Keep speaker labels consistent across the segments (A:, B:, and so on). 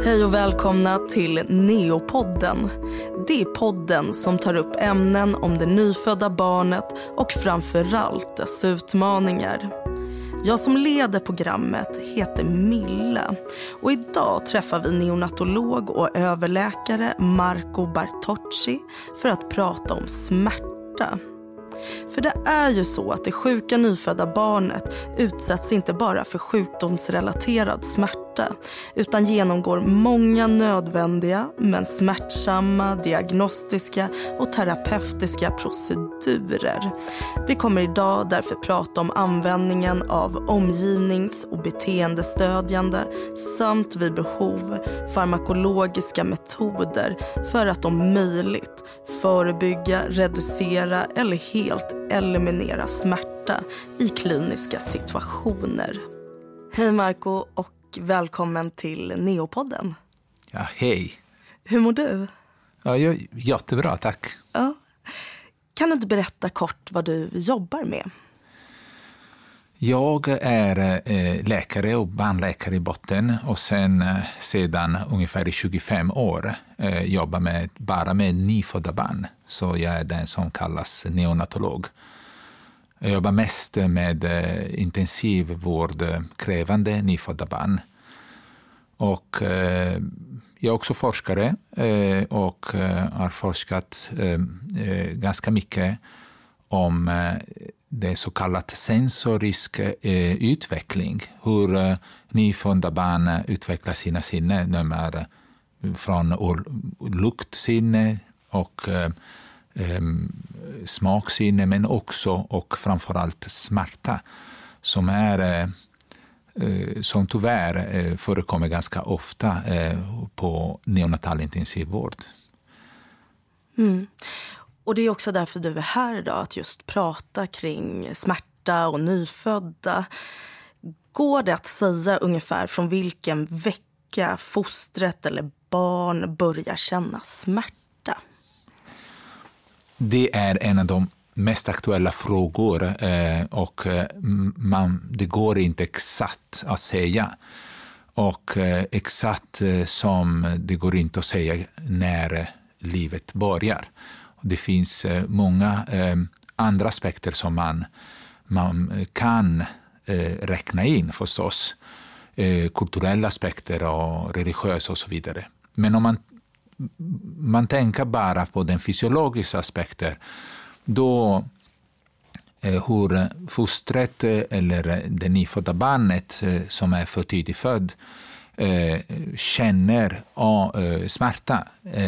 A: Hej och välkomna till Neopodden. Det är podden som tar upp ämnen om det nyfödda barnet och framförallt dess utmaningar. Jag som leder programmet heter Mille och idag träffar vi neonatolog och överläkare Marco Bartocci för att prata om smärta. För det är ju så att det sjuka nyfödda barnet utsätts inte bara för sjukdomsrelaterad smärta utan genomgår många nödvändiga men smärtsamma diagnostiska och terapeutiska procedurer. Vi kommer idag därför prata om användningen av omgivnings- och beteendestödjande samt vid behov farmakologiska metoder för att om möjligt förebygga, reducera eller helt eliminera smärta i kliniska situationer. Hej Marco och välkommen till Neopodden.
B: Ja, hej.
A: Hur mår du?
B: Ja, jättebra, tack.
A: Ja. Kan du inte berätta kort vad du jobbar med?
B: Jag är läkare och barnläkare i botten och sedan ungefär 25 år jobbar bara med nyfödda barn. Så jag är den som kallas neonatolog. Jag jobbar mest med intensivvård krävande nyfödda barn. Och jag är också forskare och har forskat ganska mycket om det så kallat sensorisk utveckling. Hur nyfödda barn utvecklar sina sinnen från luktsinne och smaksinne men också och framförallt smärta som tyvärr förekommer ganska ofta på neonatal intensivvård.
A: Mm. Och det är också därför du är här idag, att just prata kring smärta och nyfödda. Går det att säga ungefär från vilken vecka fostret eller barn börjar känna smärta?
B: Det är en av de mest aktuella frågor och det går inte exakt att säga. Och exakt som det går inte att säga när livet börjar. Det finns många andra aspekter som man kan räkna in förstås. Kulturella aspekter och religiösa och så vidare. Men om man tänker bara på den fysiologiska aspekten, då hur fostret eller det nyfödda barnet som är för tidigt född känner smärta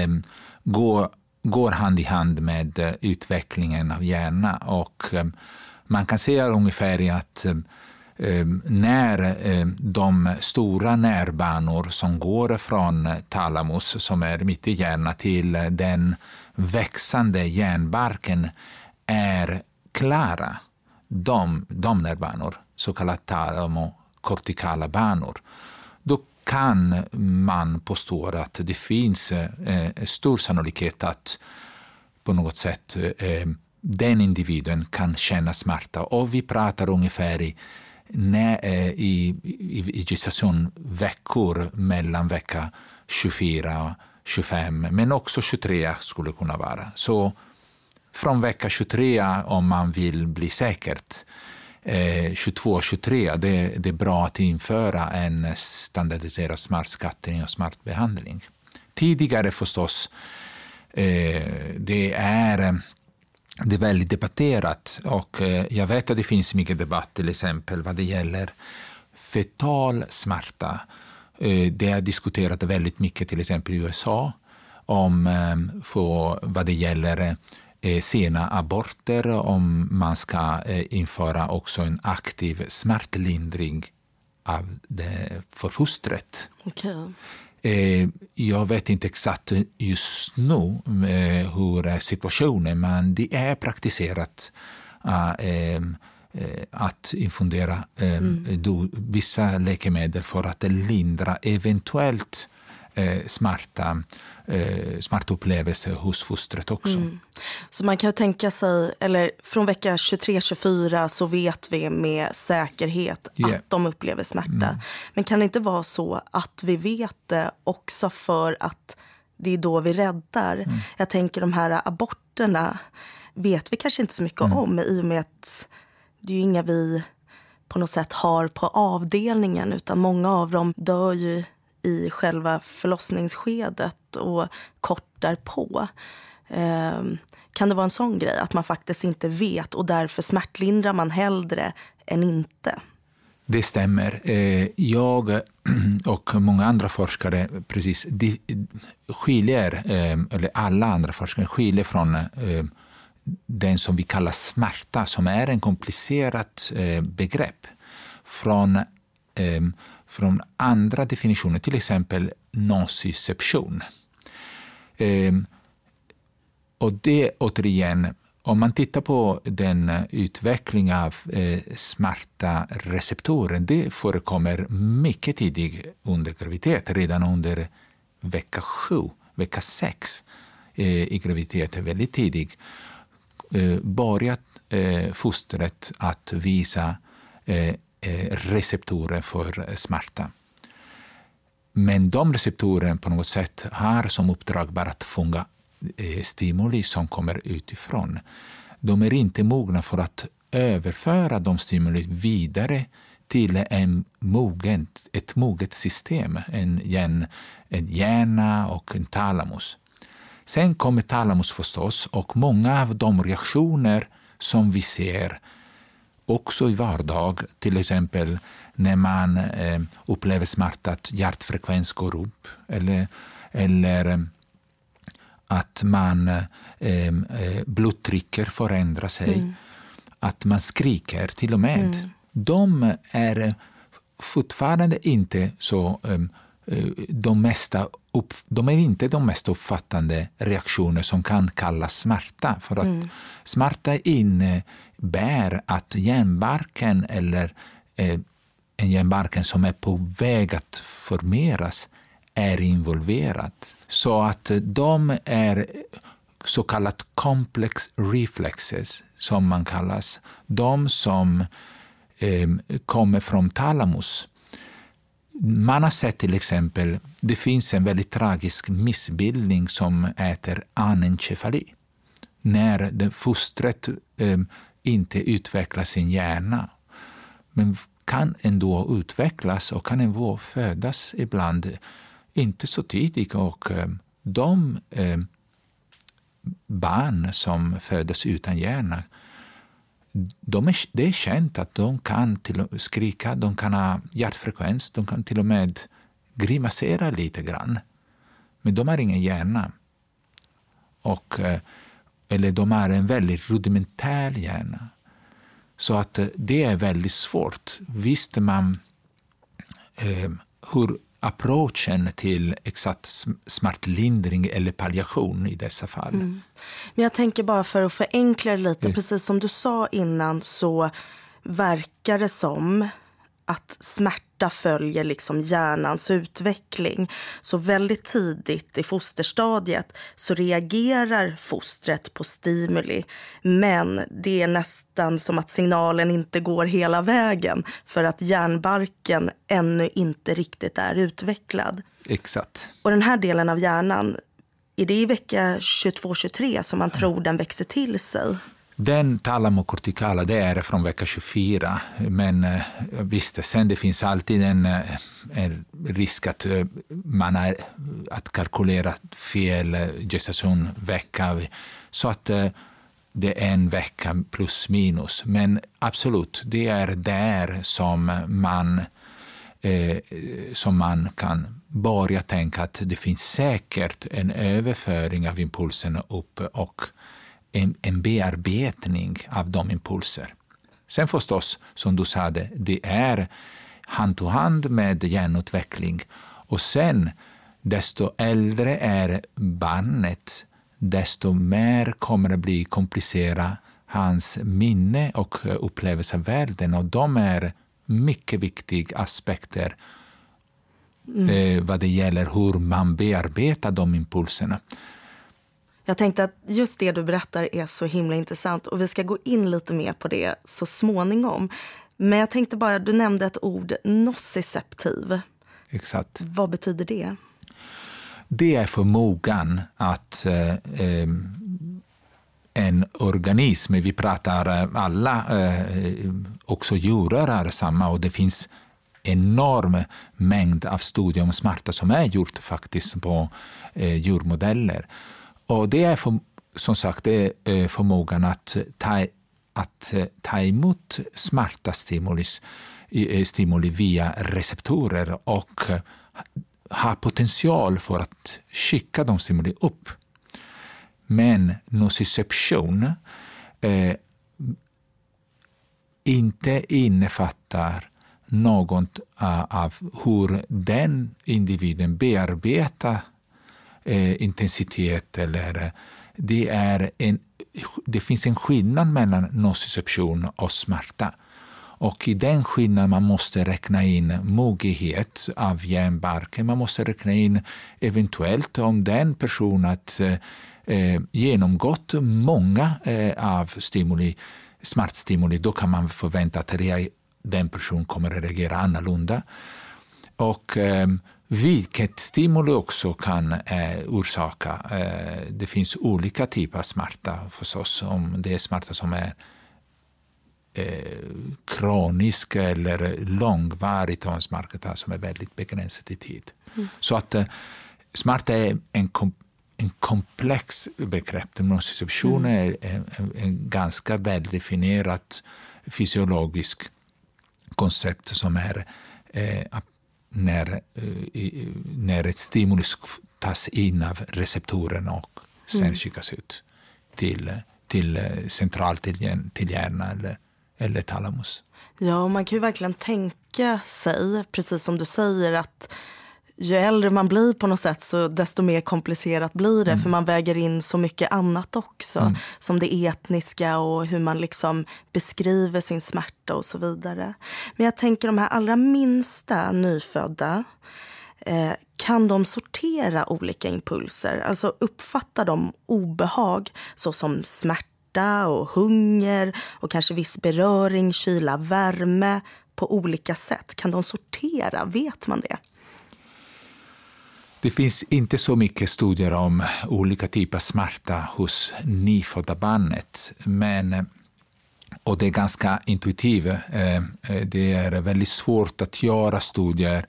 B: går hand i hand med utvecklingen av hjärnan. Och man kan säga ungefär att när de stora nervbanor som går från thalamus som är mitt i hjärnan till den växande hjärnbarken är klara, de nervbanor, så kallade thalamokortikala banor, då kan man påstå att det finns stor sannolikhet att på något sätt den individen kan känna smärta. Och vi pratar ungefär i gestationveckor mellan vecka 24 och 25, men också 23 skulle kunna vara. Så från vecka 23, om man vill bli säkert, 22-23, det är bra att införa en standardiserad smärtskattning och smärtbehandling. Tidigare förstås, det är väldigt debatterat och jag vet att det finns mycket debatt till exempel vad det gäller fetal smärta. Det är diskuterat väldigt mycket till exempel i USA om vad det gäller sena aborter, om man ska införa också en aktiv smärtlindring för fostret.
A: Okay.
B: Jag vet inte exakt just nu hur situationen, men det är praktiserat att infundera vissa läkemedel för att lindra eventuellt smärtupplevelse hos fostret också.
A: Så man kan tänka sig, eller från vecka 23-24 så vet vi med säkerhet att de upplever smärta. Men kan det inte vara så att vi vet det också för att det är då vi räddar? Jag tänker de här aborterna vet vi kanske inte så mycket om, i och med att det är ju inga vi på något sätt har på avdelningen, utan många av dem dör ju i själva förlossningsskedet och kort därpå. Kan det vara en sån grej att man faktiskt inte vet och därför smärtlindrar man hellre än inte?
B: Det stämmer. Jag och många andra forskare precis skiljer, eller alla andra forskare skiljer från den som vi kallar smärta, som är en komplicerat begrepp, från andra definitioner, till exempel nociception. Och det återigen, om man tittar på den utveckling av smärtareceptorer, det förekommer mycket tidigt under graviditet, redan under vecka 7, vecka 6 i graviditet är väldigt tidigt. Börjat fostret att visa receptorer för smärta. Men de receptorerna på något sätt har som uppdrag bara att fånga stimuli som kommer utifrån. De är inte mogna för att överföra de stimuli vidare till ett moget system, en hjärna och en talamus. Sen kommer talamus förstås, och många av de reaktioner som vi ser också i vardag, till exempel när man upplever smärta, att hjärtfrekvens går upp, eller att blodtrycket förändrar sig, att man skriker till och med. De är fortfarande inte så de är inte de mest uppfattande reaktioner som kan kallas smärta. För att smärta innebär att hjärnbarken eller en hjärnbarken som är på väg att formeras är involverat. Så att de är så kallat complex reflexes, som man kallas. De som kommer från talamus. Man har sett till exempel, det finns en väldigt tragisk missbildning som heter anencefali. När det fostret inte utvecklar sin hjärna, men kan ändå utvecklas och kan ändå födas ibland inte så tidigt. Och de barn som föds utan hjärna, det är känt att de kan skrika, de kan ha hjärtfrekvens, de kan till och med grimasera lite grann. Men de har ingen hjärna. Eller de har en väldigt rudimentär hjärna. Så att det är väldigt svårt. Visste man hur approachen till exakt smärtlindring eller palliation i dessa fall.
A: Men jag tänker bara för att förenkla det lite, precis som du sa innan, så verkar det som att smärta följer liksom hjärnans utveckling. Så väldigt tidigt i fosterstadiet så reagerar fostret på stimuli. Men det är nästan som att signalen inte går hela vägen, för att hjärnbarken ännu inte riktigt är utvecklad.
B: Exakt.
A: Och den här delen av hjärnan, är det i vecka 22-23 som man tror den växer till sig?
B: Den talamokortikala, det är från vecka 24. Men visst, sen det finns alltid en risk att man att kalkylera fel gestationvecka. Så att det är en vecka plus minus. Men absolut, det är där som man kan börja tänka att det finns säkert en överföring av impulserna upp och en bearbetning av de impulser. Sen förstås, som du sa, det är hand till hand med hjärnutveckling. Och sen, desto äldre är barnet, desto mer kommer det bli komplicerat hans minne och upplevelse av världen. Och de är mycket viktiga aspekter vad det gäller hur man bearbetar de impulserna.
A: Jag tänkte att just det du berättar är så himla intressant och vi ska gå in lite mer på det så småningom. Men jag tänkte bara, du nämnde ett ord, nociceptiv.
B: Exakt.
A: Vad betyder det?
B: Det är förmågan att en organism, vi pratar alla, också djurer är samma, och det finns enorm mängd av studier om smärta som är gjort faktiskt på djurmodeller. Och det är som sagt det är förmågan att ta emot smärtastimuli via receptorer och ha potential för att skicka de stimuli upp. Men nociception inte innefattar något av hur den individen bearbetar intensitet, eller det finns en skillnad mellan nociception och smärta. Och i den skillnaden man måste räkna in mogenhet av hjärnbarken. Man måste räkna in eventuellt om den personen genomgått många av smärtstimuli, då kan man förvänta att den personen kommer att reagera annorlunda. Och vilket stimuli också kan orsaka. Det finns olika typer av smärta förstås. Om det är smärta som är kronisk eller långvarigt, och en smärta som är väldigt begränsad i tid. Så att smärta är en komplex begrepp. Nociception är en ganska väldefinierat fysiologisk koncept som är när ett stimulus tas in av receptorerna och sen skickas ut till centralt till hjärna eller talamus.
A: Ja, och man kan ju verkligen tänka sig, precis som du säger, att ju äldre man blir på något sätt så desto mer komplicerat blir det. För man väger in så mycket annat också. Som det etniska och hur man liksom beskriver sin smärta och så vidare. Men jag tänker de här allra minsta nyfödda, kan de sortera olika impulser? Alltså uppfattar de obehag såsom smärta och hunger och kanske viss beröring, kyla, värme på olika sätt? Kan de sortera? Vet man det?
B: Det finns inte så mycket studier om olika typer av smärta hos nyfödda barnet, och det är ganska intuitivt. Det är väldigt svårt att göra studier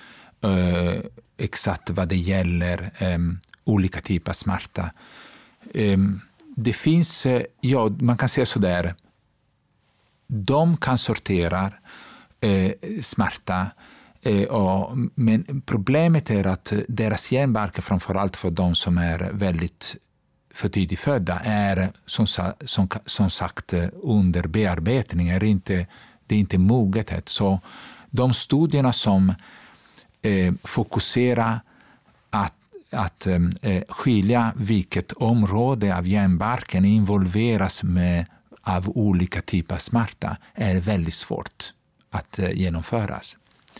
B: exakt vad det gäller olika typer av smärta. Det finns, man kan säga så där, de kan sortera smärta. Men problemet är att deras hjärnbark, framförallt för de som är väldigt för tidigt födda, är som sagt under bearbetning. Det är inte moget. Så de studierna som fokuserar att skilja vilket område av hjärnbarken involveras av olika typer av smärta är väldigt svårt att genomföras.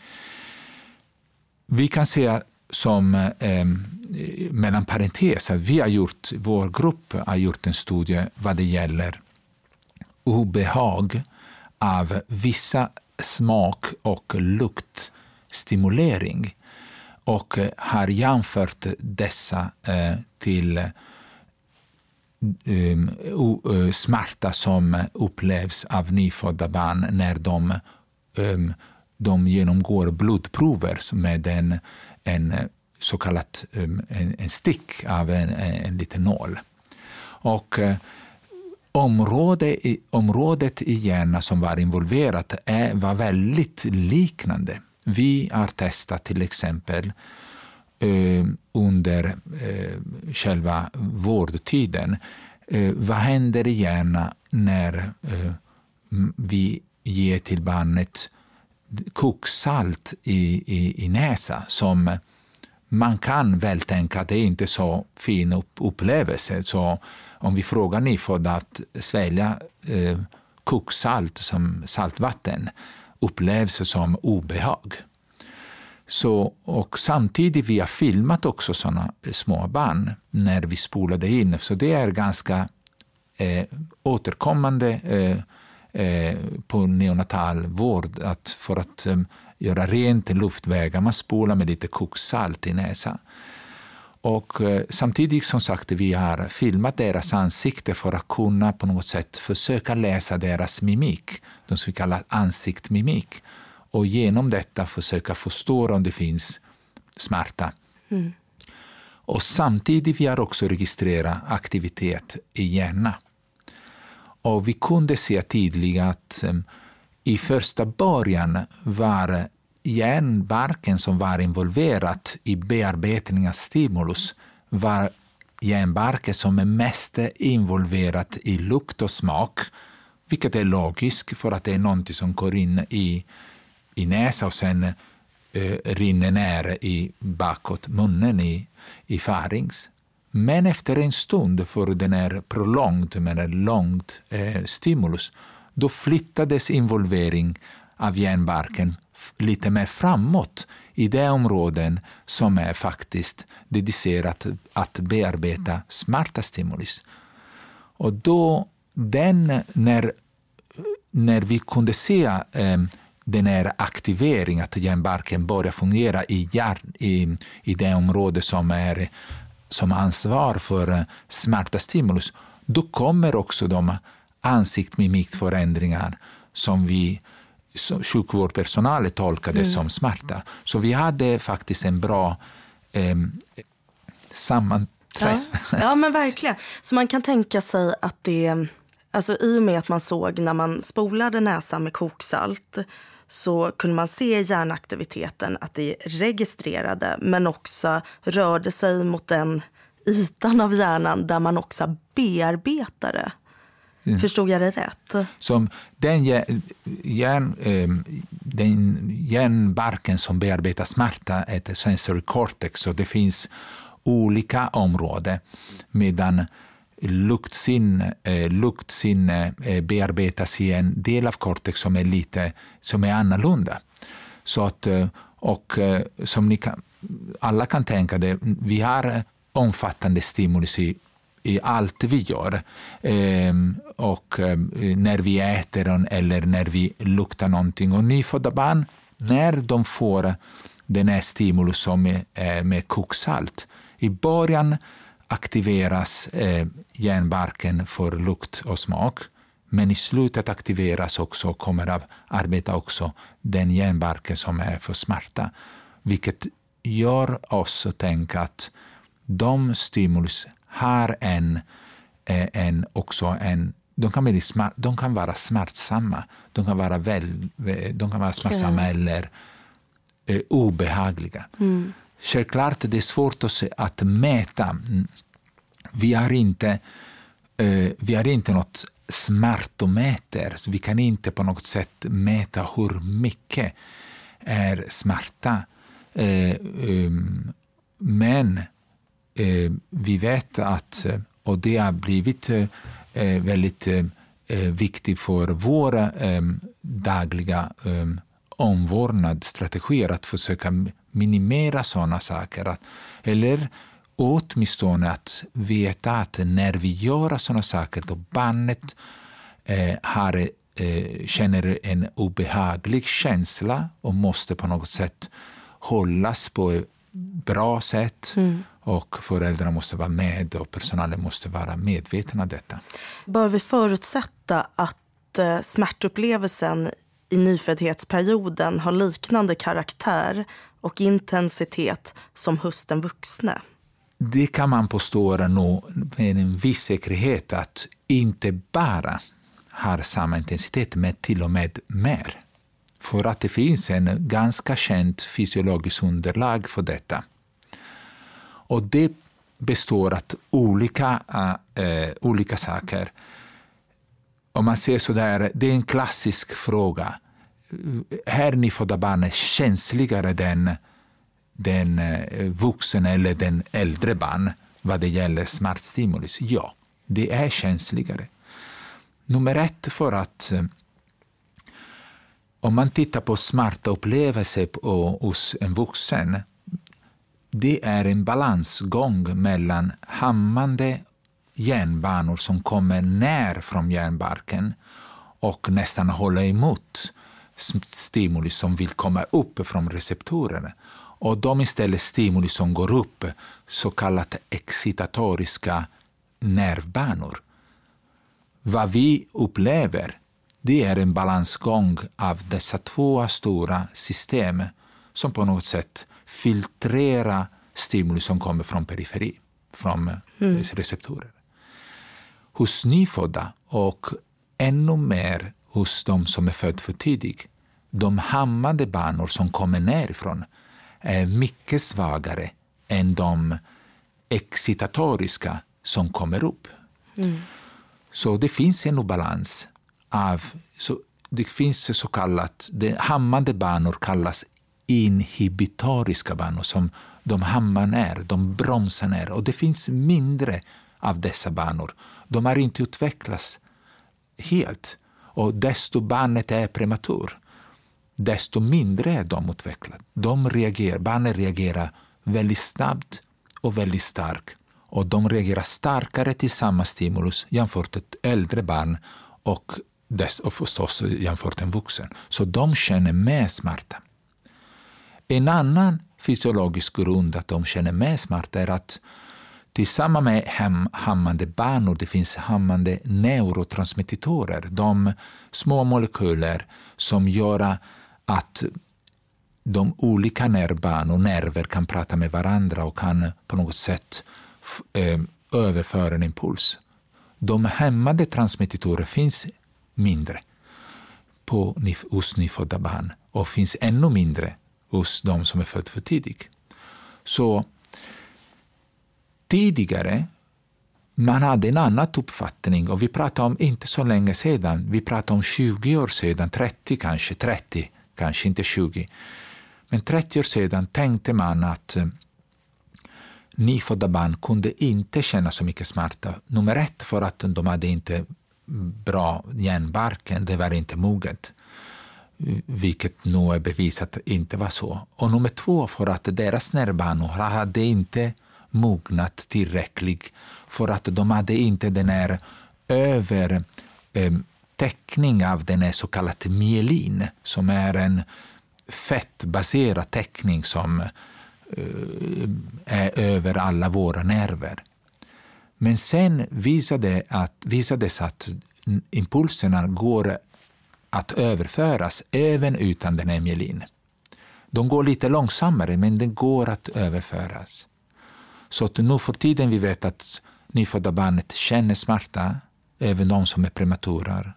B: Vi kan säga som mellan parenteser, vår grupp har gjort en studie vad det gäller obehag av vissa smak- och luktstimulering, och har jämfört dessa till smärta som upplevs av nyfödda barn när de genomgår blodprover med en så kallat en stick av en liten nål. Och området i hjärnan som var involverat var väldigt liknande. Vi har testat till exempel under själva vårdtiden. Vad händer i hjärnan när vi ger till barnet koksalt i näsa, som man kan väl tänka att det är inte så fin upplevelse. Så om vi frågar nyfödda att svälja koksalt som saltvatten upplevs som obehag. Så, och samtidigt vi har filmat också sådana små barn när vi spolade in. Så det är ganska återkommande på neonatal vård för att göra rent luftvägar. Man spolar med lite koksalt i näsan. Och samtidigt som sagt vi har filmat deras ansikte för att kunna på något sätt försöka läsa deras mimik. De som vi kallar ansiktmimik. Och genom detta försöka förstå om det finns smärta. Mm. Och samtidigt vi har också registrerat aktivitet i hjärnan. Och vi kunde se tydligt att i första början var hjärnbarken som var involverat i bearbetning av stimulus var hjärnbarken som är mest involverat i lukt och smak, vilket är logiskt för att det är något som går in i näsa och sen rinner ner bakåt munnen i farings. Men efter en stund, för den är prolonged med en långt stimulus, då flyttades involvering av hjärnbarken lite mer framåt i det områden som är faktiskt dedicerat att bearbeta smärtastimulus. Och då när vi kunde se den här aktiveringen, att hjärnbarken börjar fungera i det område som ansvar för smärtastimulus, då kommer också de ansiktmimikförändringar som vi sjukvårdspersonal tolkade som smärta. Så vi hade faktiskt en bra sammanträff.
A: Ja, men verkligen. Så man kan tänka sig att det, alltså i och med att man såg när man spolade näsan med koksalt, så kunde man se hjärnaktiviteten, att det registrerade, men också rörde sig mot den ytan av hjärnan där man också bearbetade. Förstod jag det rätt?
B: Som den hjärnbarken som bearbetar smärta är ett sensory cortex, så det finns olika områden, medan luktsinne bearbetas i en del av cortex som är annorlunda. Så att, och som alla kan tänka det, vi har omfattande stimulus i allt vi gör. Och när vi äter eller när vi luktar någonting. Och nyfödda barn, när de får den här stimulus som är med koksalt, i början aktiveras hjärnbarken för lukt och smak, men i slutet aktiveras också och kommer att arbeta också den hjärnbarken som är för smärta, vilket gör oss att tänka att de stimulus har de kan vara smärtsamma, de kan vara smärtsamma eller obehagliga. Självklart det är svårt att mäta. Vi har inte något smärtometer, så vi kan inte på något sätt mäta hur mycket är smärta. Men vi vet att, och det har blivit väldigt viktigt för våra dagliga omvårdnadsstrategier att försöka minimera sådana saker. Eller åtminstone att veta att när vi gör sådana saker då barnet känner en obehaglig känsla och måste på något sätt hållas på ett bra sätt. Och föräldrarna måste vara med och personalen måste vara medvetna om detta.
A: Bör vi förutsätta att smärtupplevelsen i nyföddhetsperioden har liknande karaktär och intensitet som hos den vuxna?
B: Det kan man påstå nog med en viss säkerhet att inte bara har samma intensitet, men till och med mer. För att det finns en ganska känt fysiologiskt underlag för detta. Och det består av olika saker. Om man ser så där, det är en klassisk fråga. Är nyfödda barn känsligare den vuxen eller den äldre barn vad det gäller smärtstimulus? Ja, det är känsligare. Nummer ett, för att om man tittar på smärta upplevelser hos en vuxen, det är en balansgång mellan hammande hjärnbanor som kommer ner från hjärnbarken och nästan håller emot stimuli som vill komma upp från receptorerna. Och de istället stimuli som går upp, så kallade excitatoriska nervbanor. Vad vi upplever, det är en balansgång av dessa två stora system som på något sätt filtrerar stimuli som kommer från periferi, från receptorer. Hos nyfödda och ännu mer hos de som är född för tidigt, de hammande banor som kommer nerifrån är mycket svagare än de excitatoriska som kommer upp. Så det finns en obalans det finns så kallat, hammande banor kallas inhibitoriska banor, som de hammar ner, de bromsar ner, och det finns mindre av dessa banor. De har inte utvecklats helt, och desto barnet är prematur, desto mindre är de utvecklade. Barnen reagerar väldigt snabbt och väldigt starkt, och de reagerar starkare till samma stimulus jämfört med ett äldre barn och förstås jämfört med en vuxen. Så de känner mer smärta. En annan fysiologisk grund att de känner mer smärta är att tillsammans med hammande banor det finns hammande neurotransmittatorer, de små molekyler som gör att de olika nerver kan prata med varandra och kan på något sätt överföra en impuls. De hämmande transmittatorer finns mindre hos nyfödda barn och finns ännu mindre hos de som är född för tidigt. Så tidigare man hade en annan uppfattning, och vi pratade om inte så länge sedan, vi pratade om 20 år sedan, 30 kanske inte 20. Men 30 år sedan tänkte man att nyfödda barn kunde inte känna så mycket smärta. Nummer 1 för att de hade inte bra hjärnbarken, det var inte moget. Vilket nog är bevisat inte var så. Och nummer 2 för att deras nervbanor hade inte mognat tillräckligt, för att de hade inte den här täckning av den här så kallad myelin, som är en fettbaserad täckning som är över alla våra nerver. Men sen visades att impulserna går att överföras även utan den här myelin. De går lite långsammare, men det går att överföras. Så att nu för tiden vi vet att nyfödda barnet känner smärta, även de som är prematurer.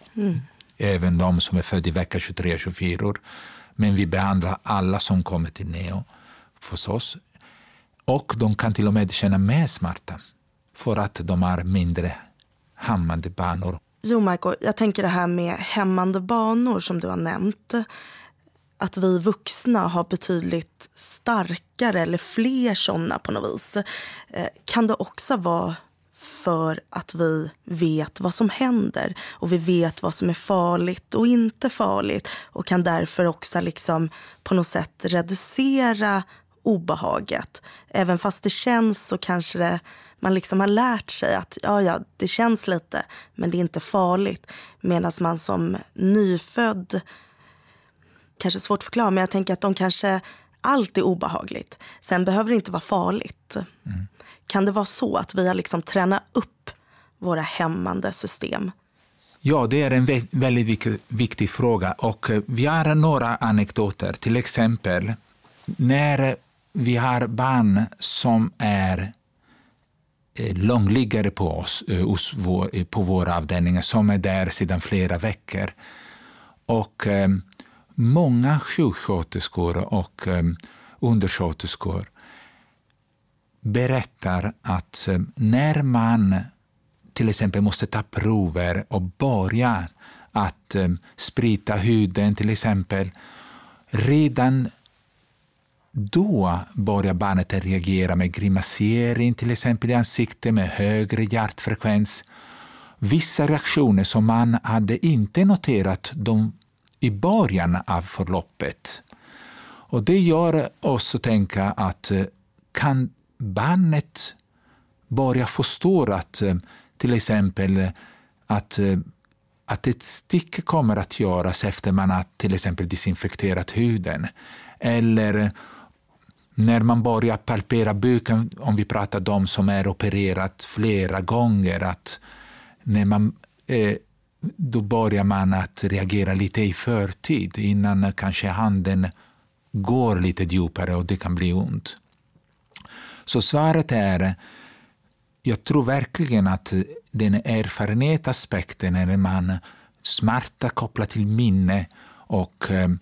B: Även de som är födda i vecka 23-24. Men vi behandlar alla som kommer till neo förstås. Och de kan till och med känna mer smärta för att de har mindre hämmande banor.
A: Jo, Marco, jag tänker det här med hämmande banor som du har nämnt. Att vi vuxna har betydligt starkare eller fler sådana på något vis. Kan det också vara för att vi vet vad som händer och vi vet vad som är farligt och inte farligt, och kan därför också liksom på något sätt reducera obehaget? Även fast det känns så kanske man liksom har lärt sig att ja, det känns lite, men det är inte farligt. Medan man som nyfödd, kanske svårt att förklara, men jag tänker att de kanske allt är obehagligt. Sen behöver det inte vara farligt. Kan det vara så att vi har liksom tränat upp våra hämmande system?
B: Ja, det är en väldigt viktig fråga, och vi har några anekdoter. Till exempel när vi har barn som är långliggare på oss på våra avdelningar, som är där sedan flera veckor. Och många sjuksköterskor och undersköterskor berättar att när man till exempel måste ta prover och börja att sprita huden till exempel, redan då börjar barnet reagera med grimasering till exempel i ansiktet, med högre hjärtfrekvens. Vissa reaktioner som man hade inte noterat de i början av förloppet. Och det gör oss att tänka att kan barnet börja förstå att till exempel att ett stick kommer att göras efter man har till exempel desinfekterat huden. Eller när man börjar palpera buken, om vi pratar om de som är opererat flera gånger, att när man, då börjar man att reagera lite i förtid innan kanske handen går lite djupare och det kan bli ont. Så svaret är, jag tror verkligen att den erfarenhetsaspekten när man smärta kopplat till minne och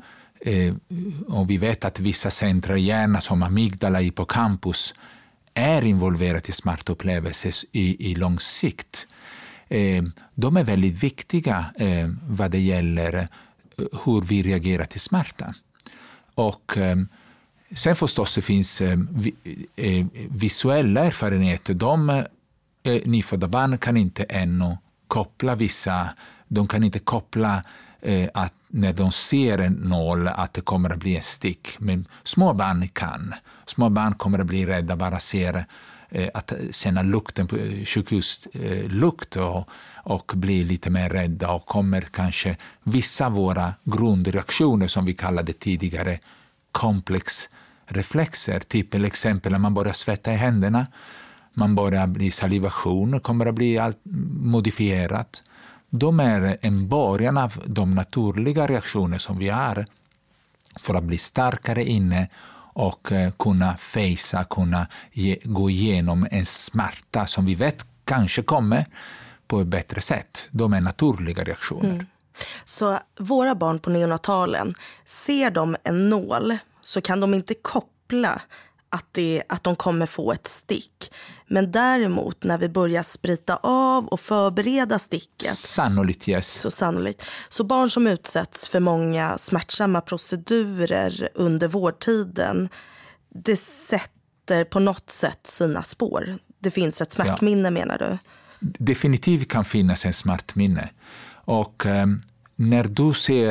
B: vi vet att vissa centra i hjärnan som amygdala, hippocampus är involverade i smärtupplevelser i lång sikt. De är väldigt viktiga vad det gäller hur vi reagerar till smärta. Och sen förstås det finns visuella erfarenheter. De nyfödda barn kan inte ännu koppla de kan inte koppla att när de ser en nål att det kommer att bli en stick. Men små barn kan. Små barn kommer att bli rädda, bara ser att känna lukten på sjukhuslukt och bli lite mer rädda och kommer kanske vissa av våra grundreaktioner som vi kallade tidigare komplexreflexer, till exempel när man börjar svetta i händerna, man börjar bli salivation, kommer att bli modifierat. De är en början av de naturliga reaktioner som vi har för att bli starkare inne och kunna kunna gå igenom en smärta som vi vet kanske kommer på ett bättre sätt. De är naturliga reaktioner. Mm.
A: Så våra barn på neonatalen, ser de en nål så kan de inte koppla att de kommer få ett stick. Men däremot när vi börjar sprita av och förbereda sticket.
B: Sannolikt, yes.
A: Så sannolikt. Så barn som utsätts för många smärtsamma procedurer under vårdtiden, det sätter på något sätt sina spår. Det finns ett smärtminne, menar du?
B: Definitivt kan finnas en smärtminne. Och när du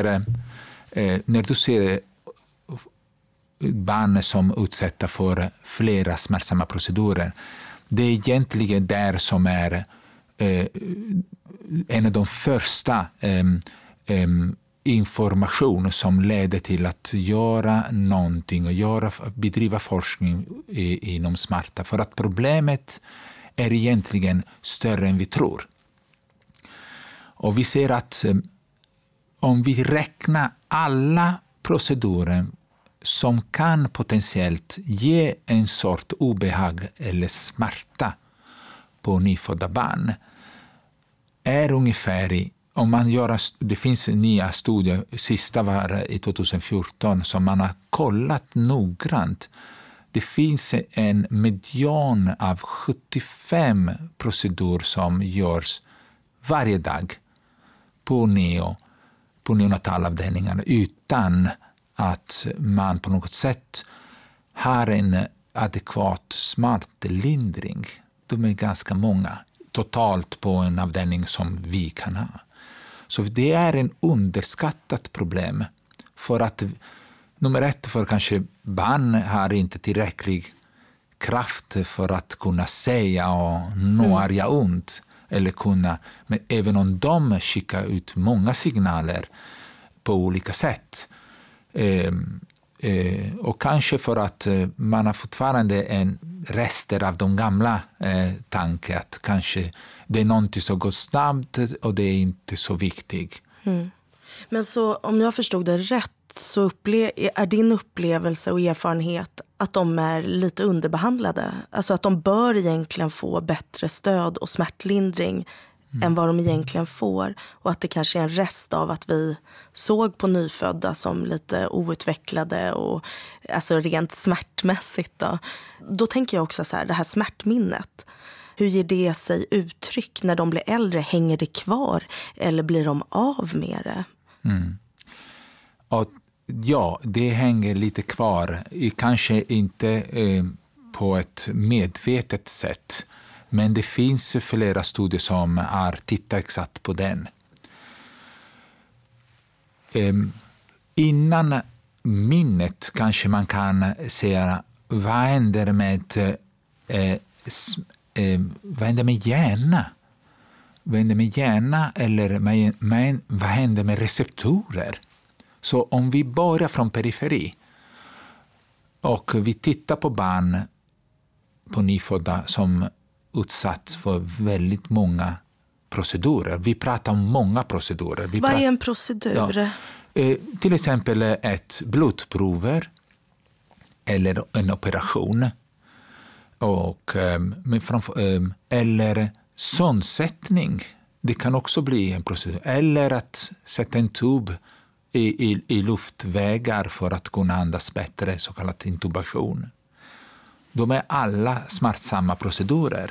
B: ser barn som utsätta för flera smärtsamma procedurer, det är egentligen där som är en av de första information som leder till att göra någonting och bedriva forskning inom smärta. För att problemet är egentligen större än vi tror. Och vi ser att om vi räknar alla procedurer som kan potentiellt ge en sort obehag eller smärta på nyfödda barn är ungefär, om man det finns nya studier, sista var i 2014 som man har kollat noggrant. Det finns en median av 75 procedurer som görs varje dag på neonatalavdelningarna utan att man på något sätt har en adekvat smärtlindring. De är ganska många totalt på en avdelning som vi kan ha. Så det är en underskattat problem. För att nummer ett, för kanske barn har inte tillräcklig kraft för att kunna säga och nå arga ont. Eller men även om de skickar ut många signaler på olika sätt. Och kanske för att man har fortfarande rester av de gamla tankar att kanske det är någonting som går snabbt och det är inte så viktigt. Mm.
A: Men så om jag förstod det rätt så är din upplevelse och erfarenhet att de är lite underbehandlade? Alltså att de bör egentligen få bättre stöd och smärtlindring än vad de egentligen får. Och att det kanske är en rest av att vi såg på nyfödda som lite outvecklade och alltså rent smärtmässigt. Då tänker jag också så här, det här smärtminnet. Hur ger det sig uttryck när de blir äldre? Hänger det kvar eller blir de av med det?
B: Mm. Och ja, det hänger lite kvar. Kanske inte på ett medvetet sätt. Men det finns flera studier som har tittat exakt på den. innan minnet kanske man kan säga vad händer med hjärna? Vad händer med hjärna eller vad händer med receptorer? Så om vi börjar från periferi och vi tittar på barn, på nyfödda som utsatts för väldigt många procedurer. Vi pratar om många procedurer.
A: Vad är en procedur?
B: Ja, till exempel ett blodprover eller en operation. Eller sömnsättning. Det kan också bli en procedur. Eller att sätta en tub i luftvägar för att kunna andas bättre, så kallad intubation. De är alla smärtsamma procedurer.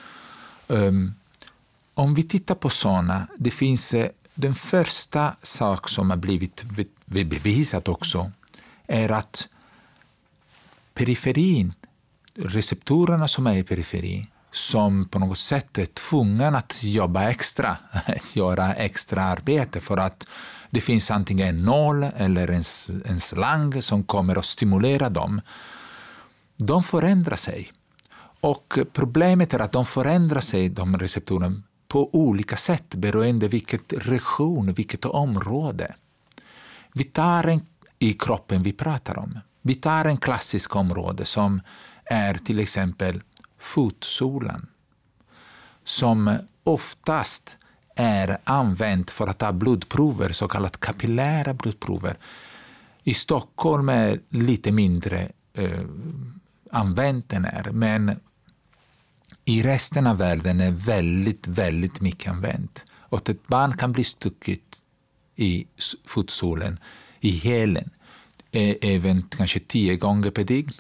B: Om vi tittar på sådana, det finns den första sak som har blivit bevisat också, är att periferin, receptorerna som är i periferin, som på något sätt är tvungna att jobba extra, göra extra arbete för att det finns antingen en nål eller en slang som kommer att stimulera dem. De förändrar sig. Och problemet är att de förändrar sig, de receptorerna, på olika sätt beroende vilket region, vilket område. Vi tar i kroppen vi pratar om. Vi tar en klassisk område som är till exempel fotsolen, som oftast är använt för att ta blodprover, så kallat kapillära blodprover. I Stockholm är lite mindre använt den är, men i resten av världen är väldigt, väldigt mycket använt. Och ett barn kan bli stucket i fotsolen, i hälen, även kanske 10 gånger per dygn.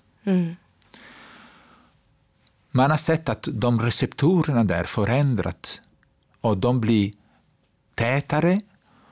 B: Man har sett att de receptorerna där förändrat och de blir tätare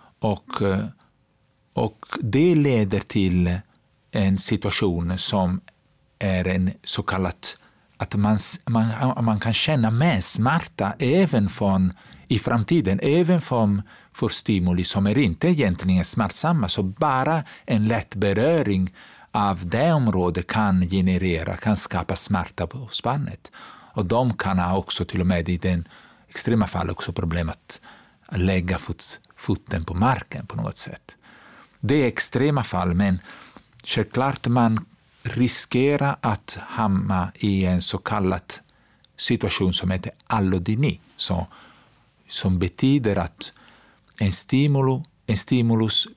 B: och det leder till en situation som är en så kallat att man kan känna med smärta även i framtiden, även för stimuli som är inte egentligen smärtsamma, så bara en lätt beröring av det området kan skapa smärta på barnet. Och de kan ha också till och med i den extrema fall också problem att lägga foten på marken på något sätt. Det är extrema fall, men självklart man riskerar att hamna i en så kallad situation som heter allodyni, som betyder att en stimulus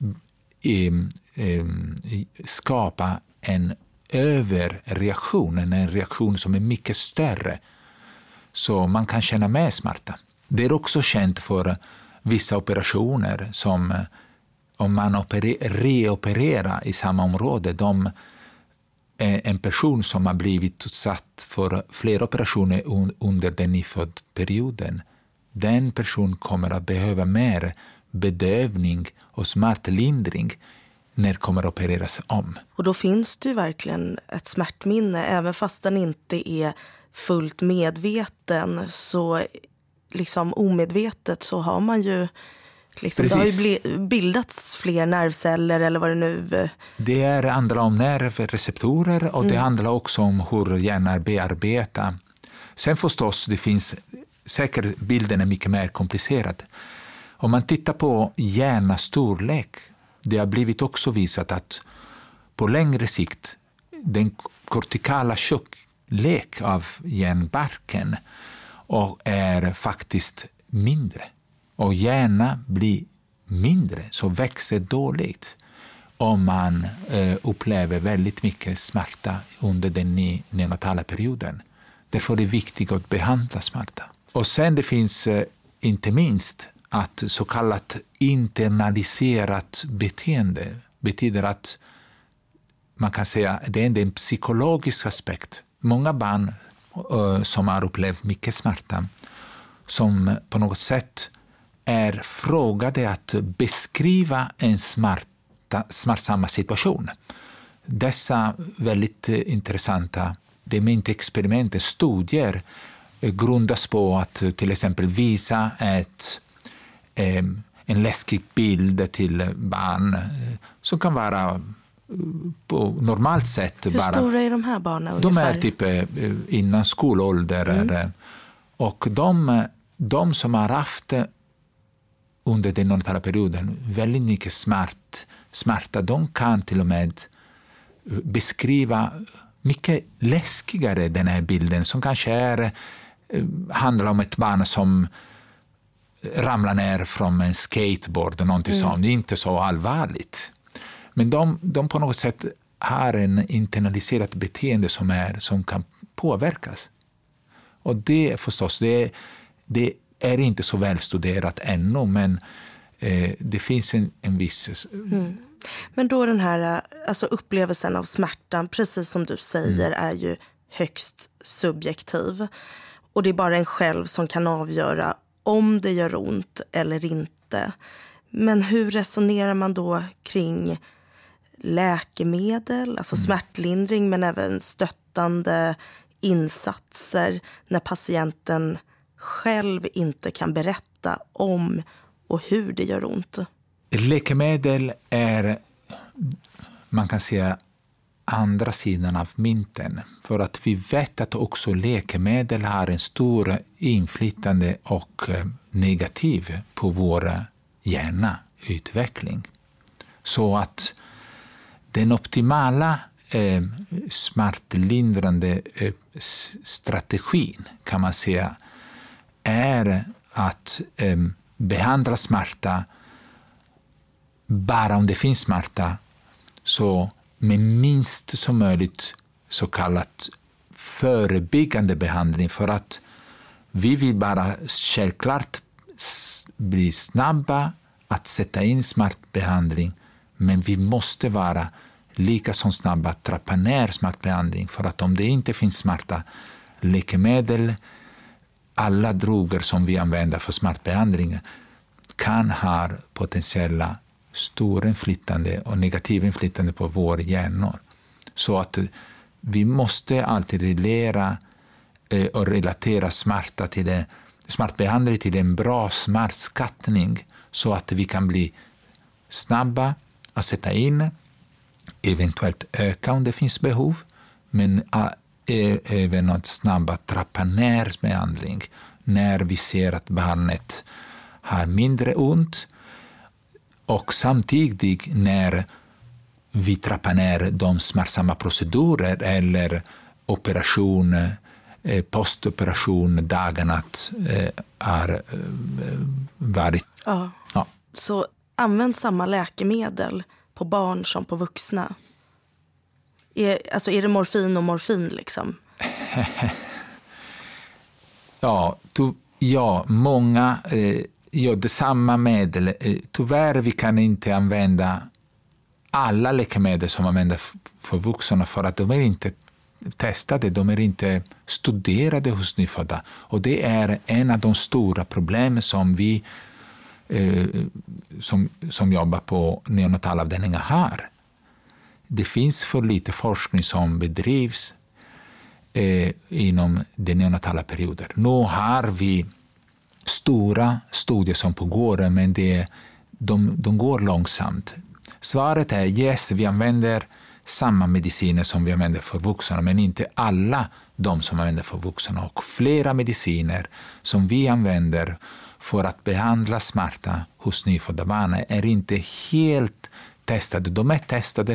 B: skapar en överreaktion, en reaktion som är mycket större. Så man kan känna med smärta. Det är också känt för vissa operationer som om man reopererar i samma område. En person som har blivit utsatt för flera operationer under den nyföddperioden, den person kommer att behöva mer bedövning och smärtlindring när det kommer att opereras om.
A: Och då finns det ju verkligen ett smärtminne, även fast den inte är fullt medveten, så liksom omedvetet så har man ju liksom, det har ju bildats fler nervceller eller vad det nu...
B: Det handlar om nervreceptorer och det handlar också om hur hjärnan bearbetar. Sen förstås, det finns säkert bilden är mycket mer komplicerad. Om man tittar på hjärnastorlek, det har blivit också visat att på längre sikt den kortikala tjocklek av hjärnbarken är faktiskt mindre. Och hjärnan blir mindre, så växer dåligt om man upplever väldigt mycket smärta under den neonatala perioden. Därför är det viktigt att behandla smärta. Och sen det finns inte minst att så kallat internaliserat beteende betyder att man kan säga att det är en psykologisk aspekt. Många barn som har upplevt mycket smärta som på något sätt är frågade att beskriva en smärtsamma situation. Dessa väldigt intressanta, det är inte experiment, studier grundas på att till exempel visa en läskig bild till barn som kan vara på normalt sätt.
A: Hur stora är de här barnen
B: ungefär?
A: De
B: är typ innan skolålder. Och de som har haft under den neonatala perioden väldigt mycket smärta, de kan till och med beskriva mycket läskigare den här bilden som kanske handlar om ett barn som ramlar ner från en skateboard och någonting sånt. Det är inte så allvarligt. Men de på något sätt har en internaliserat beteende som kan påverkas. Och det förstås, det är inte så väl studerat ännu, men det finns en viss...
A: Men då den här alltså upplevelsen av smärtan, precis som du säger, är ju högst subjektiv. Och det är bara en själv som kan avgöra om det gör ont eller inte. Men hur resonerar man då kring läkemedel, alltså smärtlindring, men även stöttande insatser när patienten själv inte kan berätta om och hur det gör ont?
B: Läkemedel är, man kan säga, andra sidan av mynten. För att vi vet att också läkemedel har en stor inflytande och negativ på vår hjärnautveckling. Så att den optimala smärtlindrande strategin, kan man säga, är att behandla smärta bara om det finns smärta, så med minst som möjligt så kallat förebyggande behandling, för att vi vill bara självklart bli snabba att sätta in smärtbehandling, men vi måste vara lika som snabba att trappa ner smärtbehandling, för att om det inte finns smärta, läkemedel, alla droger som vi använder för smärtbehandling kan ha potentiella stora inflytande och negativa inflytande på vår hjärnor. Så att vi måste alltid relatera smärtbehandling till en bra smärtskattning, så att vi kan bli snabba att sätta in, eventuellt öka om det finns behov, men även att snabba trappa ner behandling när vi ser att barnet har mindre ont, och samtidigt när vi trappar ner de smärtsamma procedurer eller operation, postoperation, dagarna har varit.
A: Ja. Så använd samma läkemedel på barn som på vuxna. Är det morfin och morfin liksom?
B: Många gör detsamma medel. Tyvärr vi kan inte använda alla läkemedel som används för vuxna, för att de är inte testade, de är inte studerade hos nyfödda. Och det är en av de stora problemen som vi som jobbar på neonatalavdelningar har. Det finns för lite forskning som bedrivs inom den neonatala perioden. Nu har vi stora studier som pågår, men de går långsamt. Svaret är yes, vi använder samma mediciner som vi använder för vuxna, men inte alla de som använder för vuxna. Och flera mediciner som vi använder för att behandla smärta hos nyfödda barn är inte helt testade. De är testade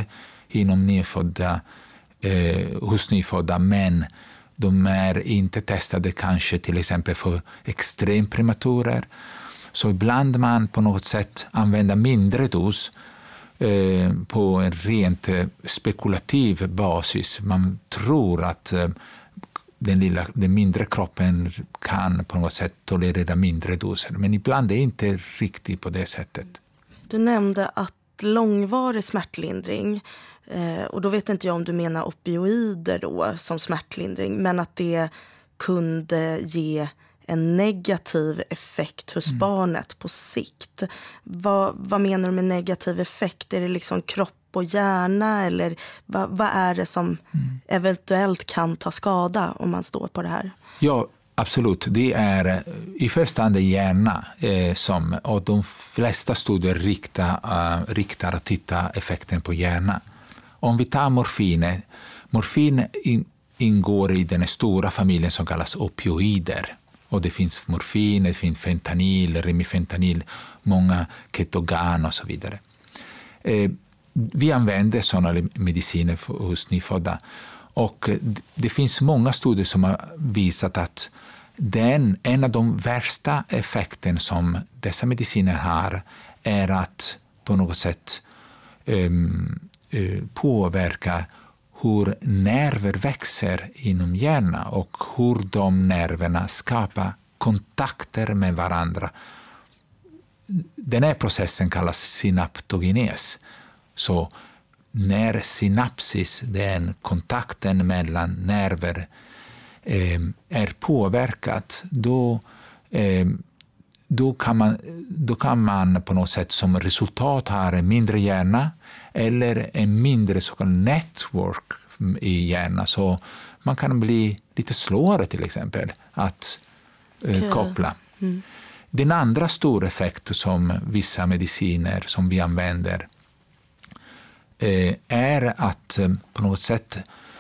B: hos nyfödda, men de är inte testade kanske till exempel för extremprematurer. Så ibland man på något sätt använder mindre dos på en rent spekulativ basis. Man tror att den mindre kroppen kan på något sätt tolerera mindre doser, men ibland är det inte riktigt på det sättet.
A: Du nämnde att långvarig smärtlindring, och då vet inte jag om du menar opioider då som smärtlindring, men att det kunde ge en negativ effekt hos barnet på sikt. Vad menar du med negativ effekt? Är det liksom kropp och hjärna, eller vad är det som eventuellt kan ta skada om man står på det här?
B: Ja, Absolut, det är i första hand hjärna och de flesta studier riktar att titta effekten på hjärna. Om vi tar morfin ingår i den stora familjen som kallas opioider. Och det finns morfin, det finns fentanyl, remifentanil, många ketogan och så vidare. Vi använder sådana mediciner hos nyfödda. Och det finns många studier som har visat att en av de värsta effekterna som dessa mediciner har är att på något sätt påverka hur nerver växer inom hjärnan och hur de nerverna skapar kontakter med varandra. Den här processen kallas synaptogenes. Så när synapsis, den kontakten mellan nerver, är påverkat, då kan man på något sätt som resultat ha en mindre hjärna eller en mindre så kallad network i hjärnan. Så man kan bli lite slåare till exempel att koppla. Mm. Den andra stora effekten som vissa mediciner som vi använder är att på något sätt